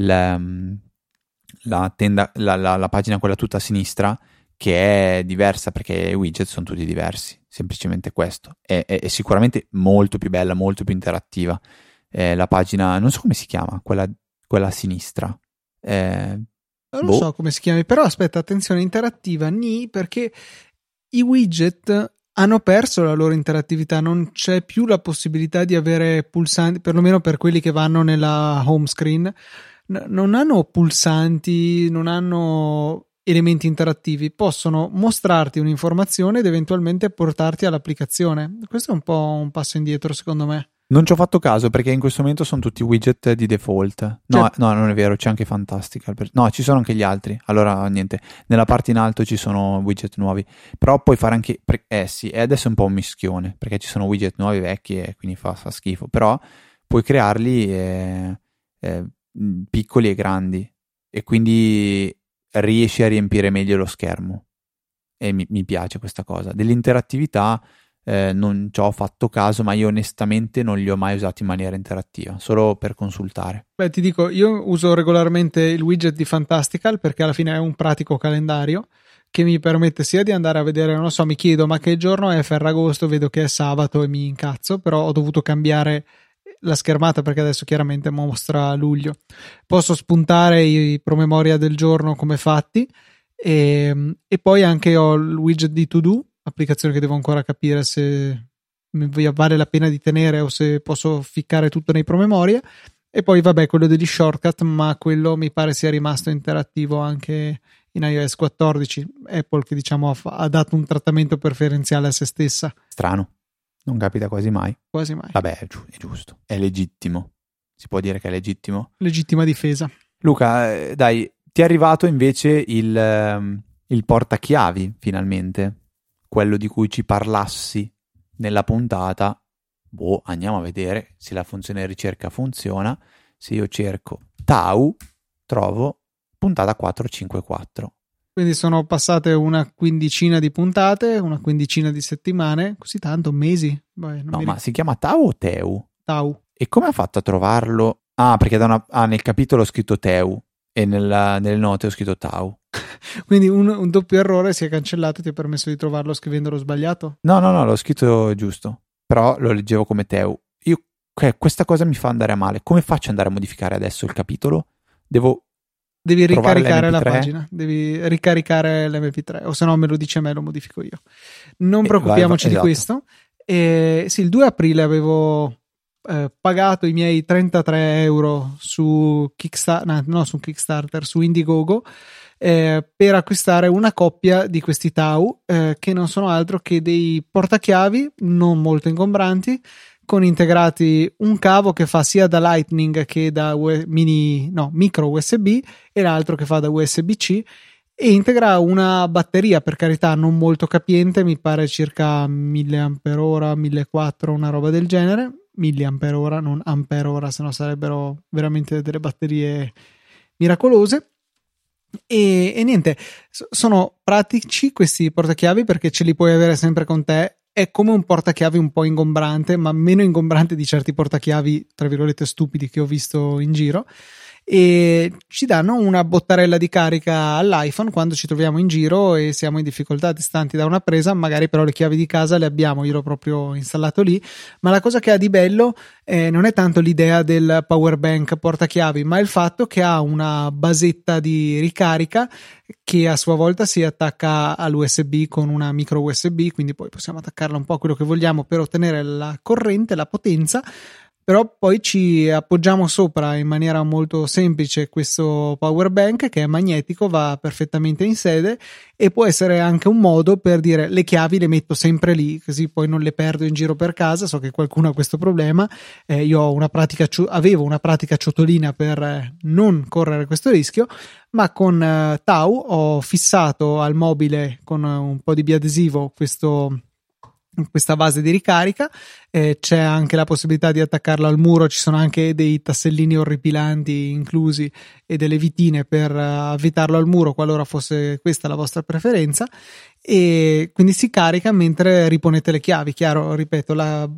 la pagina quella tutta a sinistra, che è diversa perché i widget sono tutti diversi, semplicemente questo. È sicuramente molto più bella, molto più interattiva. La pagina, non so come si chiama, quella a sinistra. Non so come si chiami, però aspetta, attenzione, interattiva, perché i widget hanno perso la loro interattività, non c'è più la possibilità di avere pulsanti, perlomeno per quelli che vanno nella home screen, non hanno pulsanti, non hanno elementi interattivi, possono mostrarti un'informazione ed eventualmente portarti all'applicazione. Questo è un po' un passo indietro, secondo me. Non ci ho fatto caso perché in questo momento sono tutti widget di default. No, certo. No, non è vero, c'è anche Fantastical. No, ci sono anche gli altri. Allora, niente, nella parte in alto ci sono widget nuovi. Però puoi fare anche... sì, e adesso è un po' un mischione, perché ci sono widget nuovi e vecchi e quindi fa schifo. Però puoi crearli piccoli e grandi. E quindi riesci a riempire meglio lo schermo. E mi piace questa cosa. Dell'interattività... non ci ho fatto caso, ma io onestamente non li ho mai usati in maniera interattiva, solo per consultare. Beh, ti dico, io uso regolarmente il widget di Fantastical perché alla fine è un pratico calendario che mi permette sia di andare a vedere, non lo so, mi chiedo ma che giorno è Ferragosto, vedo che è sabato e mi incazzo, però ho dovuto cambiare la schermata perché adesso chiaramente mostra luglio. Posso spuntare i promemoria del giorno come fatti e poi anche ho il widget di To Do, applicazione che devo ancora capire se vale la pena di tenere o se posso ficcare tutto nei promemoria. E poi vabbè quello degli shortcut, ma quello mi pare sia rimasto interattivo anche in iOS 14. Apple che diciamo ha dato un trattamento preferenziale a se stessa. Strano, non capita quasi mai. Quasi mai. Vabbè, è giusto, è legittimo. Si può dire che è legittimo? Legittima difesa. Luca, dai, ti è arrivato invece il portachiavi finalmente, quello di cui ci parlassi nella puntata. Andiamo a vedere se la funzione ricerca funziona. Se io cerco Tau, trovo puntata 454. Quindi sono passate una quindicina di puntate, una quindicina di settimane, così tanto, mesi. Ma si chiama Tau o Teu? Tau. E come ha fatto a trovarlo? Ah, perché nel capitolo ho scritto Teu e nelle note ho scritto Tau. Quindi un doppio errore si è cancellato e ti ha permesso di trovarlo scrivendolo sbagliato? No, l'ho scritto giusto, però lo leggevo come Teu. Questa cosa mi fa andare a male. Come faccio ad andare a modificare adesso il capitolo? Devi ricaricare la pagina, devi ricaricare l'MP3, o se no me lo dice a me, lo modifico io. Non preoccupiamoci di questo. Sì, il 2 aprile avevo pagato i miei 33 euro su Kickstarter, su Indiegogo, per acquistare una coppia di questi Tau, che non sono altro che dei portachiavi non molto ingombranti, con integrati un cavo che fa sia da Lightning che da micro USB e l'altro che fa da USB-C, e integra una batteria, per carità non molto capiente, mi pare circa 1000 ampere-ora, 1400, una roba del genere, milliampere-ora, non ampere-ora, se no sarebbero veramente delle batterie miracolose. E niente, sono pratici questi portachiavi perché ce li puoi avere sempre con te. È come un portachiavi un po' ingombrante, ma meno ingombrante di certi portachiavi tra virgolette stupidi che ho visto in giro, e ci danno una bottarella di carica all'iPhone quando ci troviamo in giro e siamo in difficoltà distanti da una presa, magari però le chiavi di casa le abbiamo, io l'ho proprio installato lì. Ma la cosa che ha di bello non è tanto l'idea del power bank portachiavi, ma il fatto che ha una basetta di ricarica che a sua volta si attacca all'USB con una micro USB, quindi poi possiamo attaccarla un po' a quello che vogliamo per ottenere la corrente, la potenza. Però poi ci appoggiamo sopra in maniera molto semplice questo power bank che è magnetico, va perfettamente in sede e può essere anche un modo per dire le chiavi le metto sempre lì, così poi non le perdo in giro per casa. So che qualcuno ha questo problema, io ho avevo una pratica ciotolina per non correre questo rischio, ma con Tau ho fissato al mobile con un po' di biadesivo questa base di ricarica. C'è anche la possibilità di attaccarla al muro, ci sono anche dei tassellini orripilanti inclusi e delle vitine per avvitarlo al muro qualora fosse questa la vostra preferenza, e quindi si carica mentre riponete le chiavi. Chiaro, ripeto,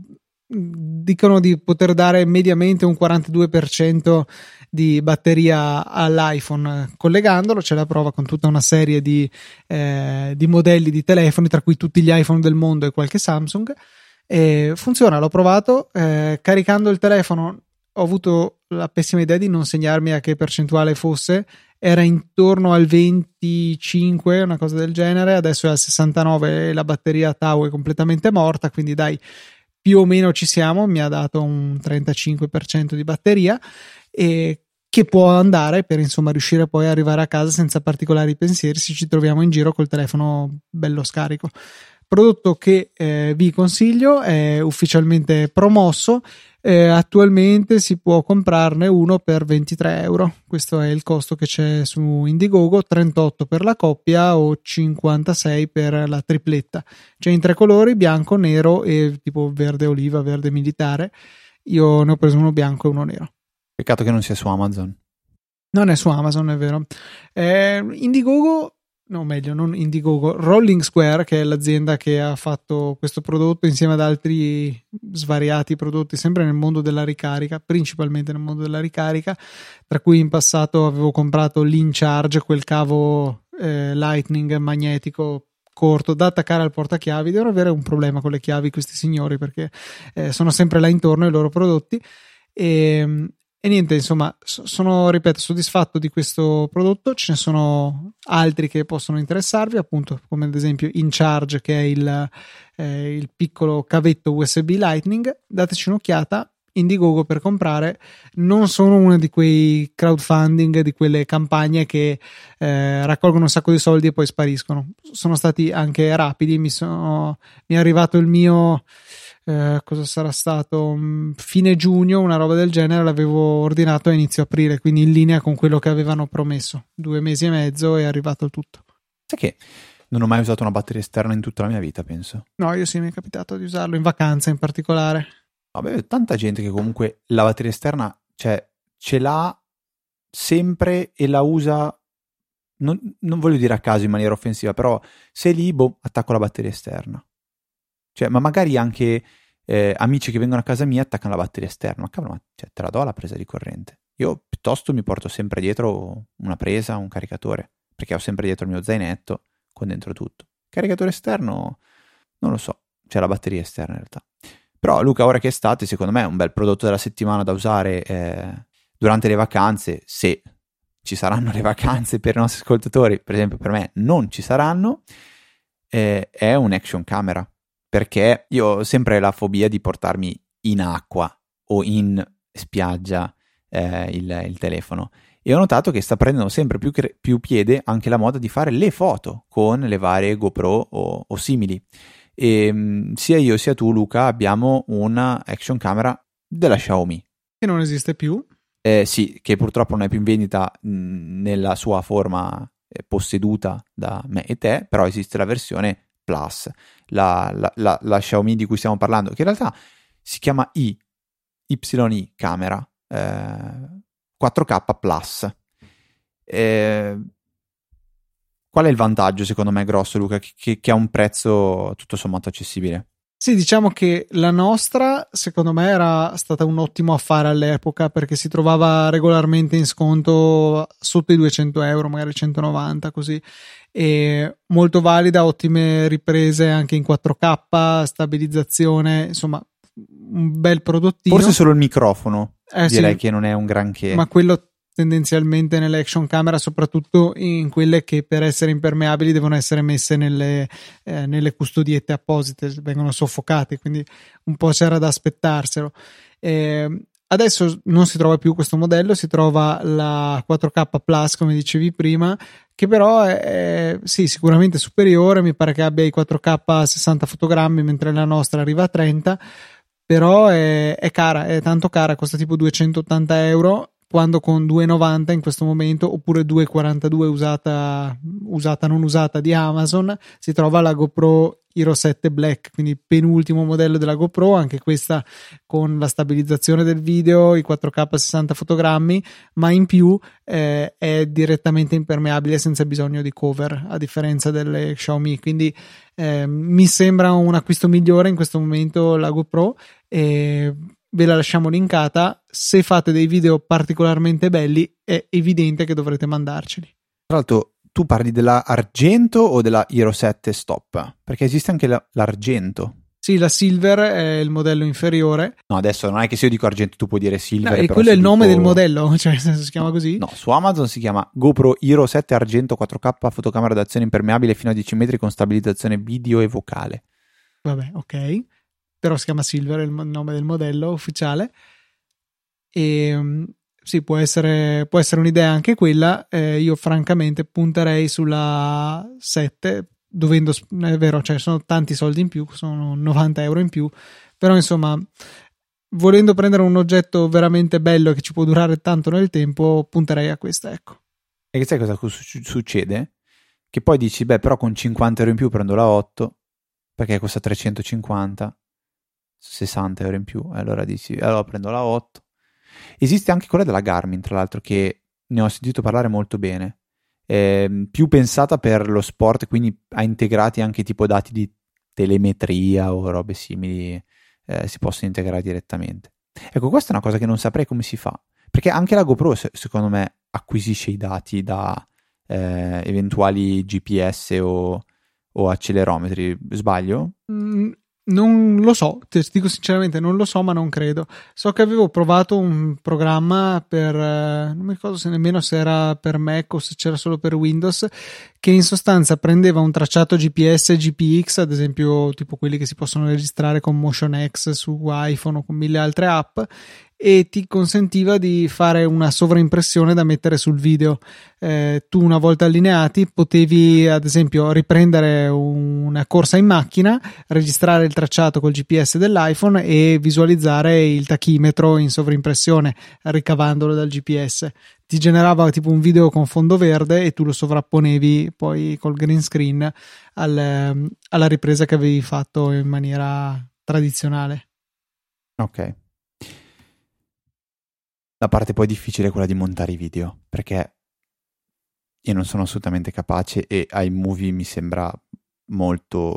dicono di poter dare mediamente un 42% di batteria all'iPhone collegandolo. C'è la prova con tutta una serie di modelli di telefoni, tra cui tutti gli iPhone del mondo e qualche Samsung. Funziona, l'ho provato. Caricando il telefono ho avuto la pessima idea di non segnarmi a che percentuale fosse, era intorno al 25, una cosa del genere, adesso è al 69 e la batteria Tau è completamente morta, quindi dai, più o meno ci siamo. Mi ha dato un 35% di batteria, e che può andare per insomma riuscire poi ad arrivare a casa senza particolari pensieri se ci troviamo in giro col telefono bello scarico. Prodotto che vi consiglio, è ufficialmente promosso, attualmente si può comprarne uno per 23 euro, questo è il costo che c'è su Indiegogo, 38 per la coppia o 56 per la tripletta. C'è in tre colori, bianco, nero e tipo verde oliva, verde militare. Io ne ho preso uno bianco e uno nero. Peccato che non sia su Amazon. Non è su Amazon, è vero. Indiegogo, no, meglio, non Indiegogo, Rolling Square, che è l'azienda che ha fatto questo prodotto insieme ad altri svariati prodotti, sempre nel mondo della ricarica, principalmente nel mondo della ricarica, tra cui in passato avevo comprato l'InCharge, quel cavo Lightning magnetico corto da attaccare al portachiavi. Devono avere un problema con le chiavi questi signori, perché sono sempre là intorno ai loro prodotti. E niente, insomma, sono, ripeto, soddisfatto di questo prodotto. Ce ne sono altri che possono interessarvi, appunto, come ad esempio InCharge, che è il piccolo cavetto USB Lightning. Dateci un'occhiata. Indiegogo per comprare. Non sono uno di quei crowdfunding, di quelle campagne che raccolgono un sacco di soldi e poi spariscono. Sono stati anche rapidi. Mi è arrivato il mio cosa sarà stato, fine giugno, una roba del genere. L'avevo ordinato a inizio aprile, quindi in linea con quello che avevano promesso. 2 mesi e mezzo è arrivato il tutto. Sai che non ho mai usato una batteria esterna in tutta la mia vita, penso. No, io sì, mi è capitato di usarlo in vacanza in particolare. Vabbè, tanta gente che comunque la batteria esterna, cioè, ce l'ha sempre e la usa, non voglio dire a caso in maniera offensiva, però se lì, attacco la batteria esterna. Cioè, ma magari anche amici che vengono a casa mia attaccano la batteria esterna. Ma cavolo, cioè, te la do la presa di corrente. Io piuttosto mi porto sempre dietro una presa, un caricatore, perché ho sempre dietro il mio zainetto con dentro tutto. Caricatore esterno, non lo so, c'è la batteria esterna in realtà. Però Luca, ora che è estate, secondo me è un bel prodotto della settimana da usare durante le vacanze, se ci saranno le vacanze per i nostri ascoltatori. Per esempio per me non ci saranno. È un action camera, perché io ho sempre la fobia di portarmi in acqua o in spiaggia il telefono, e ho notato che sta prendendo sempre più piede anche la moda di fare le foto con le varie GoPro o simili. E sia io sia tu, Luca, abbiamo una action camera della Xiaomi che non esiste più. Sì, che purtroppo non è più in vendita nella sua forma posseduta da me e te, però esiste la versione Plus, la Xiaomi di cui stiamo parlando, che in realtà si chiama YI camera 4K Plus. Qual è il vantaggio, secondo me, grosso, Luca, che ha un prezzo tutto sommato accessibile? Sì, diciamo che la nostra, secondo me, era stata un ottimo affare all'epoca, perché si trovava regolarmente in sconto sotto i 200 euro, magari 190, così. E molto valida, ottime riprese anche in 4K, stabilizzazione, insomma, un bel prodottino. Forse solo il microfono, direi sì, che non è un granché. Ma quello tendenzialmente nelle action camera, soprattutto in quelle che per essere impermeabili devono essere messe nelle custodiette apposite, vengono soffocate, quindi un po' c'era da aspettarselo. Adesso non si trova più questo modello, si trova la 4K Plus, come dicevi prima, che però è sì, sicuramente superiore. Mi pare che abbia i 4K a 60 fotogrammi, mentre la nostra arriva a 30, però è cara, è tanto cara, costa tipo 280 euro, quando con 2,90 in questo momento, oppure 2,42 usata non usata di Amazon, si trova la GoPro Hero 7 Black, quindi penultimo modello della GoPro, anche questa con la stabilizzazione del video, i 4K a 60 fotogrammi, ma in più è direttamente impermeabile senza bisogno di cover, a differenza delle Xiaomi. Quindi mi sembra un acquisto migliore in questo momento la GoPro, e ve la lasciamo linkata. Se fate dei video particolarmente belli è evidente che dovrete mandarceli. Tra l'altro tu parli della Argento o della Hero 7 Stop? Perché esiste anche l'Argento. Sì, la Silver è il modello inferiore. No, adesso non è che se io dico Argento tu puoi dire Silver. No, e quello è il nome del modello, cioè si chiama così? No, su Amazon si chiama GoPro Hero 7 Argento 4K fotocamera d'azione impermeabile fino a 10 metri con stabilizzazione video e vocale. Vabbè, ok. Però si chiama Silver, è il nome del modello ufficiale. E sì, può essere un'idea anche quella. Io francamente punterei sulla 7, dovendo, è vero, cioè sono tanti soldi in più, sono 90 euro in più, però insomma, volendo prendere un oggetto veramente bello che ci può durare tanto nel tempo, punterei a questa, ecco. E che sai cosa succede? Che poi dici, beh, però con 50 euro in più prendo la 8, perché costa 350, 60 euro in più, e allora dici, allora prendo la 8. Esiste anche quella della Garmin, tra l'altro, che ne ho sentito parlare molto bene, più pensata per lo sport, quindi ha integrati anche tipo dati di telemetria o robe simili, si possono integrare direttamente. Ecco, questa è una cosa che non saprei come si fa, perché anche la GoPro secondo me acquisisce i dati da eventuali GPS o accelerometri, sbaglio? Non lo so, ti dico sinceramente non lo so, ma non credo. So che avevo provato un programma per non mi ricordo nemmeno se era per Mac o se c'era solo per Windows, che in sostanza prendeva un tracciato GPS e GPX, ad esempio tipo quelli che si possono registrare con MotionX su iPhone o con 1000 altre app, e ti consentiva di fare una sovraimpressione da mettere sul video. Tu, una volta allineati, potevi ad esempio riprendere una corsa in macchina, registrare il tracciato col GPS dell'iPhone e visualizzare il tachimetro in sovraimpressione ricavandolo dal GPS. Ti generava tipo un video con fondo verde e tu lo sovrapponevi poi col green screen alla ripresa che avevi fatto in maniera tradizionale. Ok. La parte poi difficile è quella di montare i video, perché io non sono assolutamente capace e iMovie mi sembra molto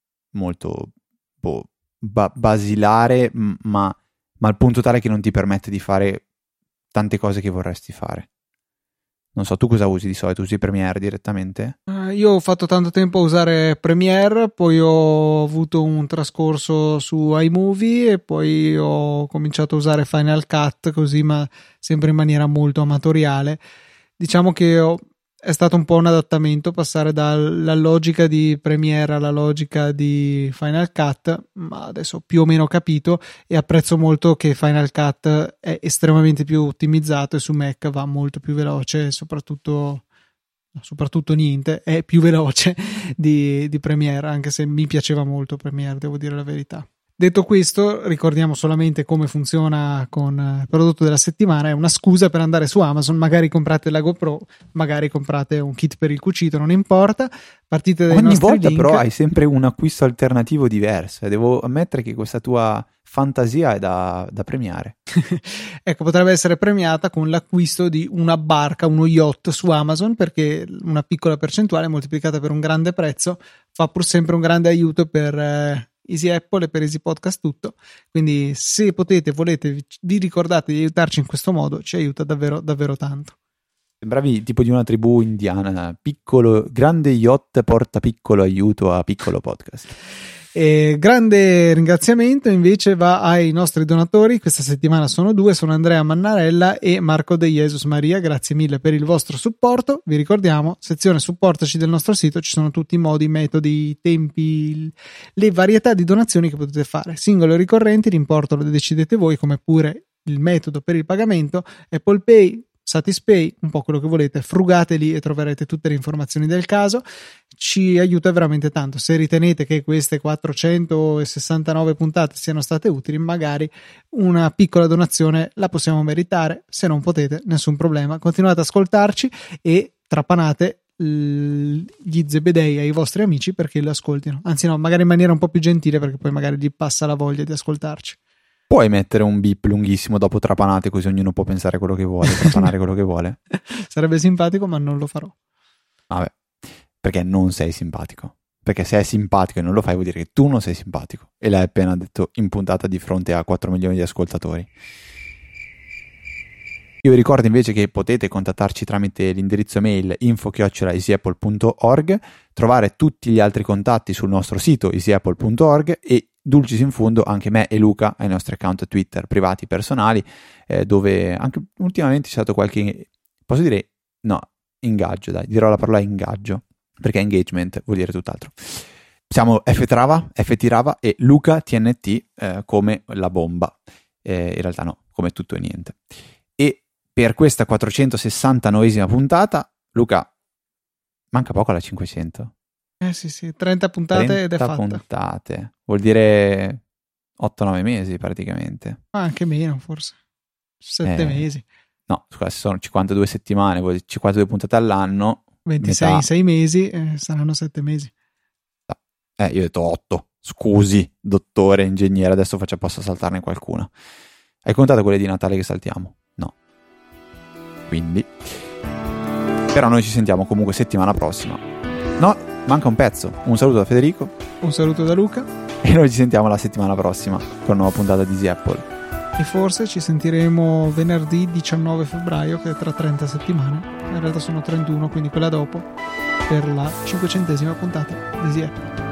basilare, ma al punto tale che non ti permette di fare tante cose che vorresti fare. Non so, tu cosa usi di solito? Usi Premiere direttamente? Io ho fatto tanto tempo a usare Premiere, poi ho avuto un trascorso su iMovie e poi ho cominciato a usare Final Cut, così, ma sempre in maniera molto amatoriale. Diciamo che è stato un po' un adattamento passare dalla logica di Premiere alla logica di Final Cut, ma adesso ho più o meno capito e apprezzo molto che Final Cut è estremamente più ottimizzato e su Mac va molto più veloce, soprattutto niente, è più veloce di Premiere, anche se mi piaceva molto Premiere, devo dire la verità. Detto questo, ricordiamo solamente come funziona con il prodotto della settimana. È una scusa per andare su Amazon, magari comprate la GoPro, magari comprate un kit per il cucito, non importa, partite dai ogni nostri volta link. Però hai sempre un acquisto alternativo diverso e devo ammettere che questa tua fantasia è da premiare. Ecco, potrebbe essere premiata con l'acquisto di una barca, uno yacht su Amazon, perché una piccola percentuale moltiplicata per un grande prezzo fa pur sempre un grande aiuto per Easy Apple e per Easy Podcast tutto. Quindi se potete, volete, vi ricordate di aiutarci in questo modo, ci aiuta davvero davvero tanto. Sembravi tipo di una tribù indiana, piccolo, grande yacht porta piccolo aiuto a piccolo podcast. E grande ringraziamento invece va ai nostri donatori. Questa settimana sono 2, sono Andrea Mannarella e Marco De Jesus Maria. Grazie mille per il vostro supporto. Vi ricordiamo, sezione supportaci del nostro sito, ci sono tutti i modi, metodi, tempi, le varietà di donazioni che potete fare, singole o ricorrenti, l'importo lo decidete voi, come pure il metodo per il pagamento, Apple Pay, Satispay, un po' quello che volete, frugateli e troverete tutte le informazioni del caso. Ci aiuta veramente tanto. Se ritenete che queste 469 puntate siano state utili, magari una piccola donazione la possiamo meritare. Se non potete, nessun problema, continuate ad ascoltarci e trapanate gli zebedei ai vostri amici perché lo ascoltino, anzi no, magari in maniera un po' più gentile, perché poi magari gli passa la voglia di ascoltarci. Puoi mettere un beep lunghissimo dopo trapanate, così ognuno può pensare quello che vuole, trapanare quello che vuole. Sarebbe simpatico, ma non lo farò. Vabbè, perché non sei simpatico. Perché se è simpatico e non lo fai vuol dire che tu non sei simpatico. E l'hai appena detto in puntata di fronte a 4 milioni di ascoltatori. Io vi ricordo invece che potete contattarci tramite l'indirizzo mail info@easyapple.org, trovare tutti gli altri contatti sul nostro sito easyapple.org e dulcis in fundo anche me e Luca ai nostri account Twitter privati personali, dove anche ultimamente c'è stato qualche, posso dire, no, ingaggio, dai, dirò la parola ingaggio, perché engagement vuol dire tutt'altro. Siamo FTrava e Luca TNT come la bomba, in realtà no, come tutto e niente. E per questa 469esima puntata, Luca, manca poco alla 500. Sì, 30 puntate 30 ed è fatta. puntate, vuol dire 8-9 mesi praticamente. Anche meno, forse 7 mesi. No, scusa, se sono 52 settimane, vuol dire 52 puntate all'anno. 26 in 6 mesi, saranno 7 mesi. Io ho detto 8. Scusi, dottore, ingegnere, adesso posso saltarne qualcuna. Hai contato quelle di Natale che saltiamo? No. Quindi. Però noi ci sentiamo comunque settimana prossima. No, manca un pezzo. Un saluto da Federico. Un saluto da Luca. E noi ci sentiamo la settimana prossima con una nuova puntata di Easy Apple. e forse ci sentiremo venerdì 19 febbraio, che è tra 30 settimane, in realtà sono 31, quindi quella dopo, per la 500ª puntata di Easy Apple.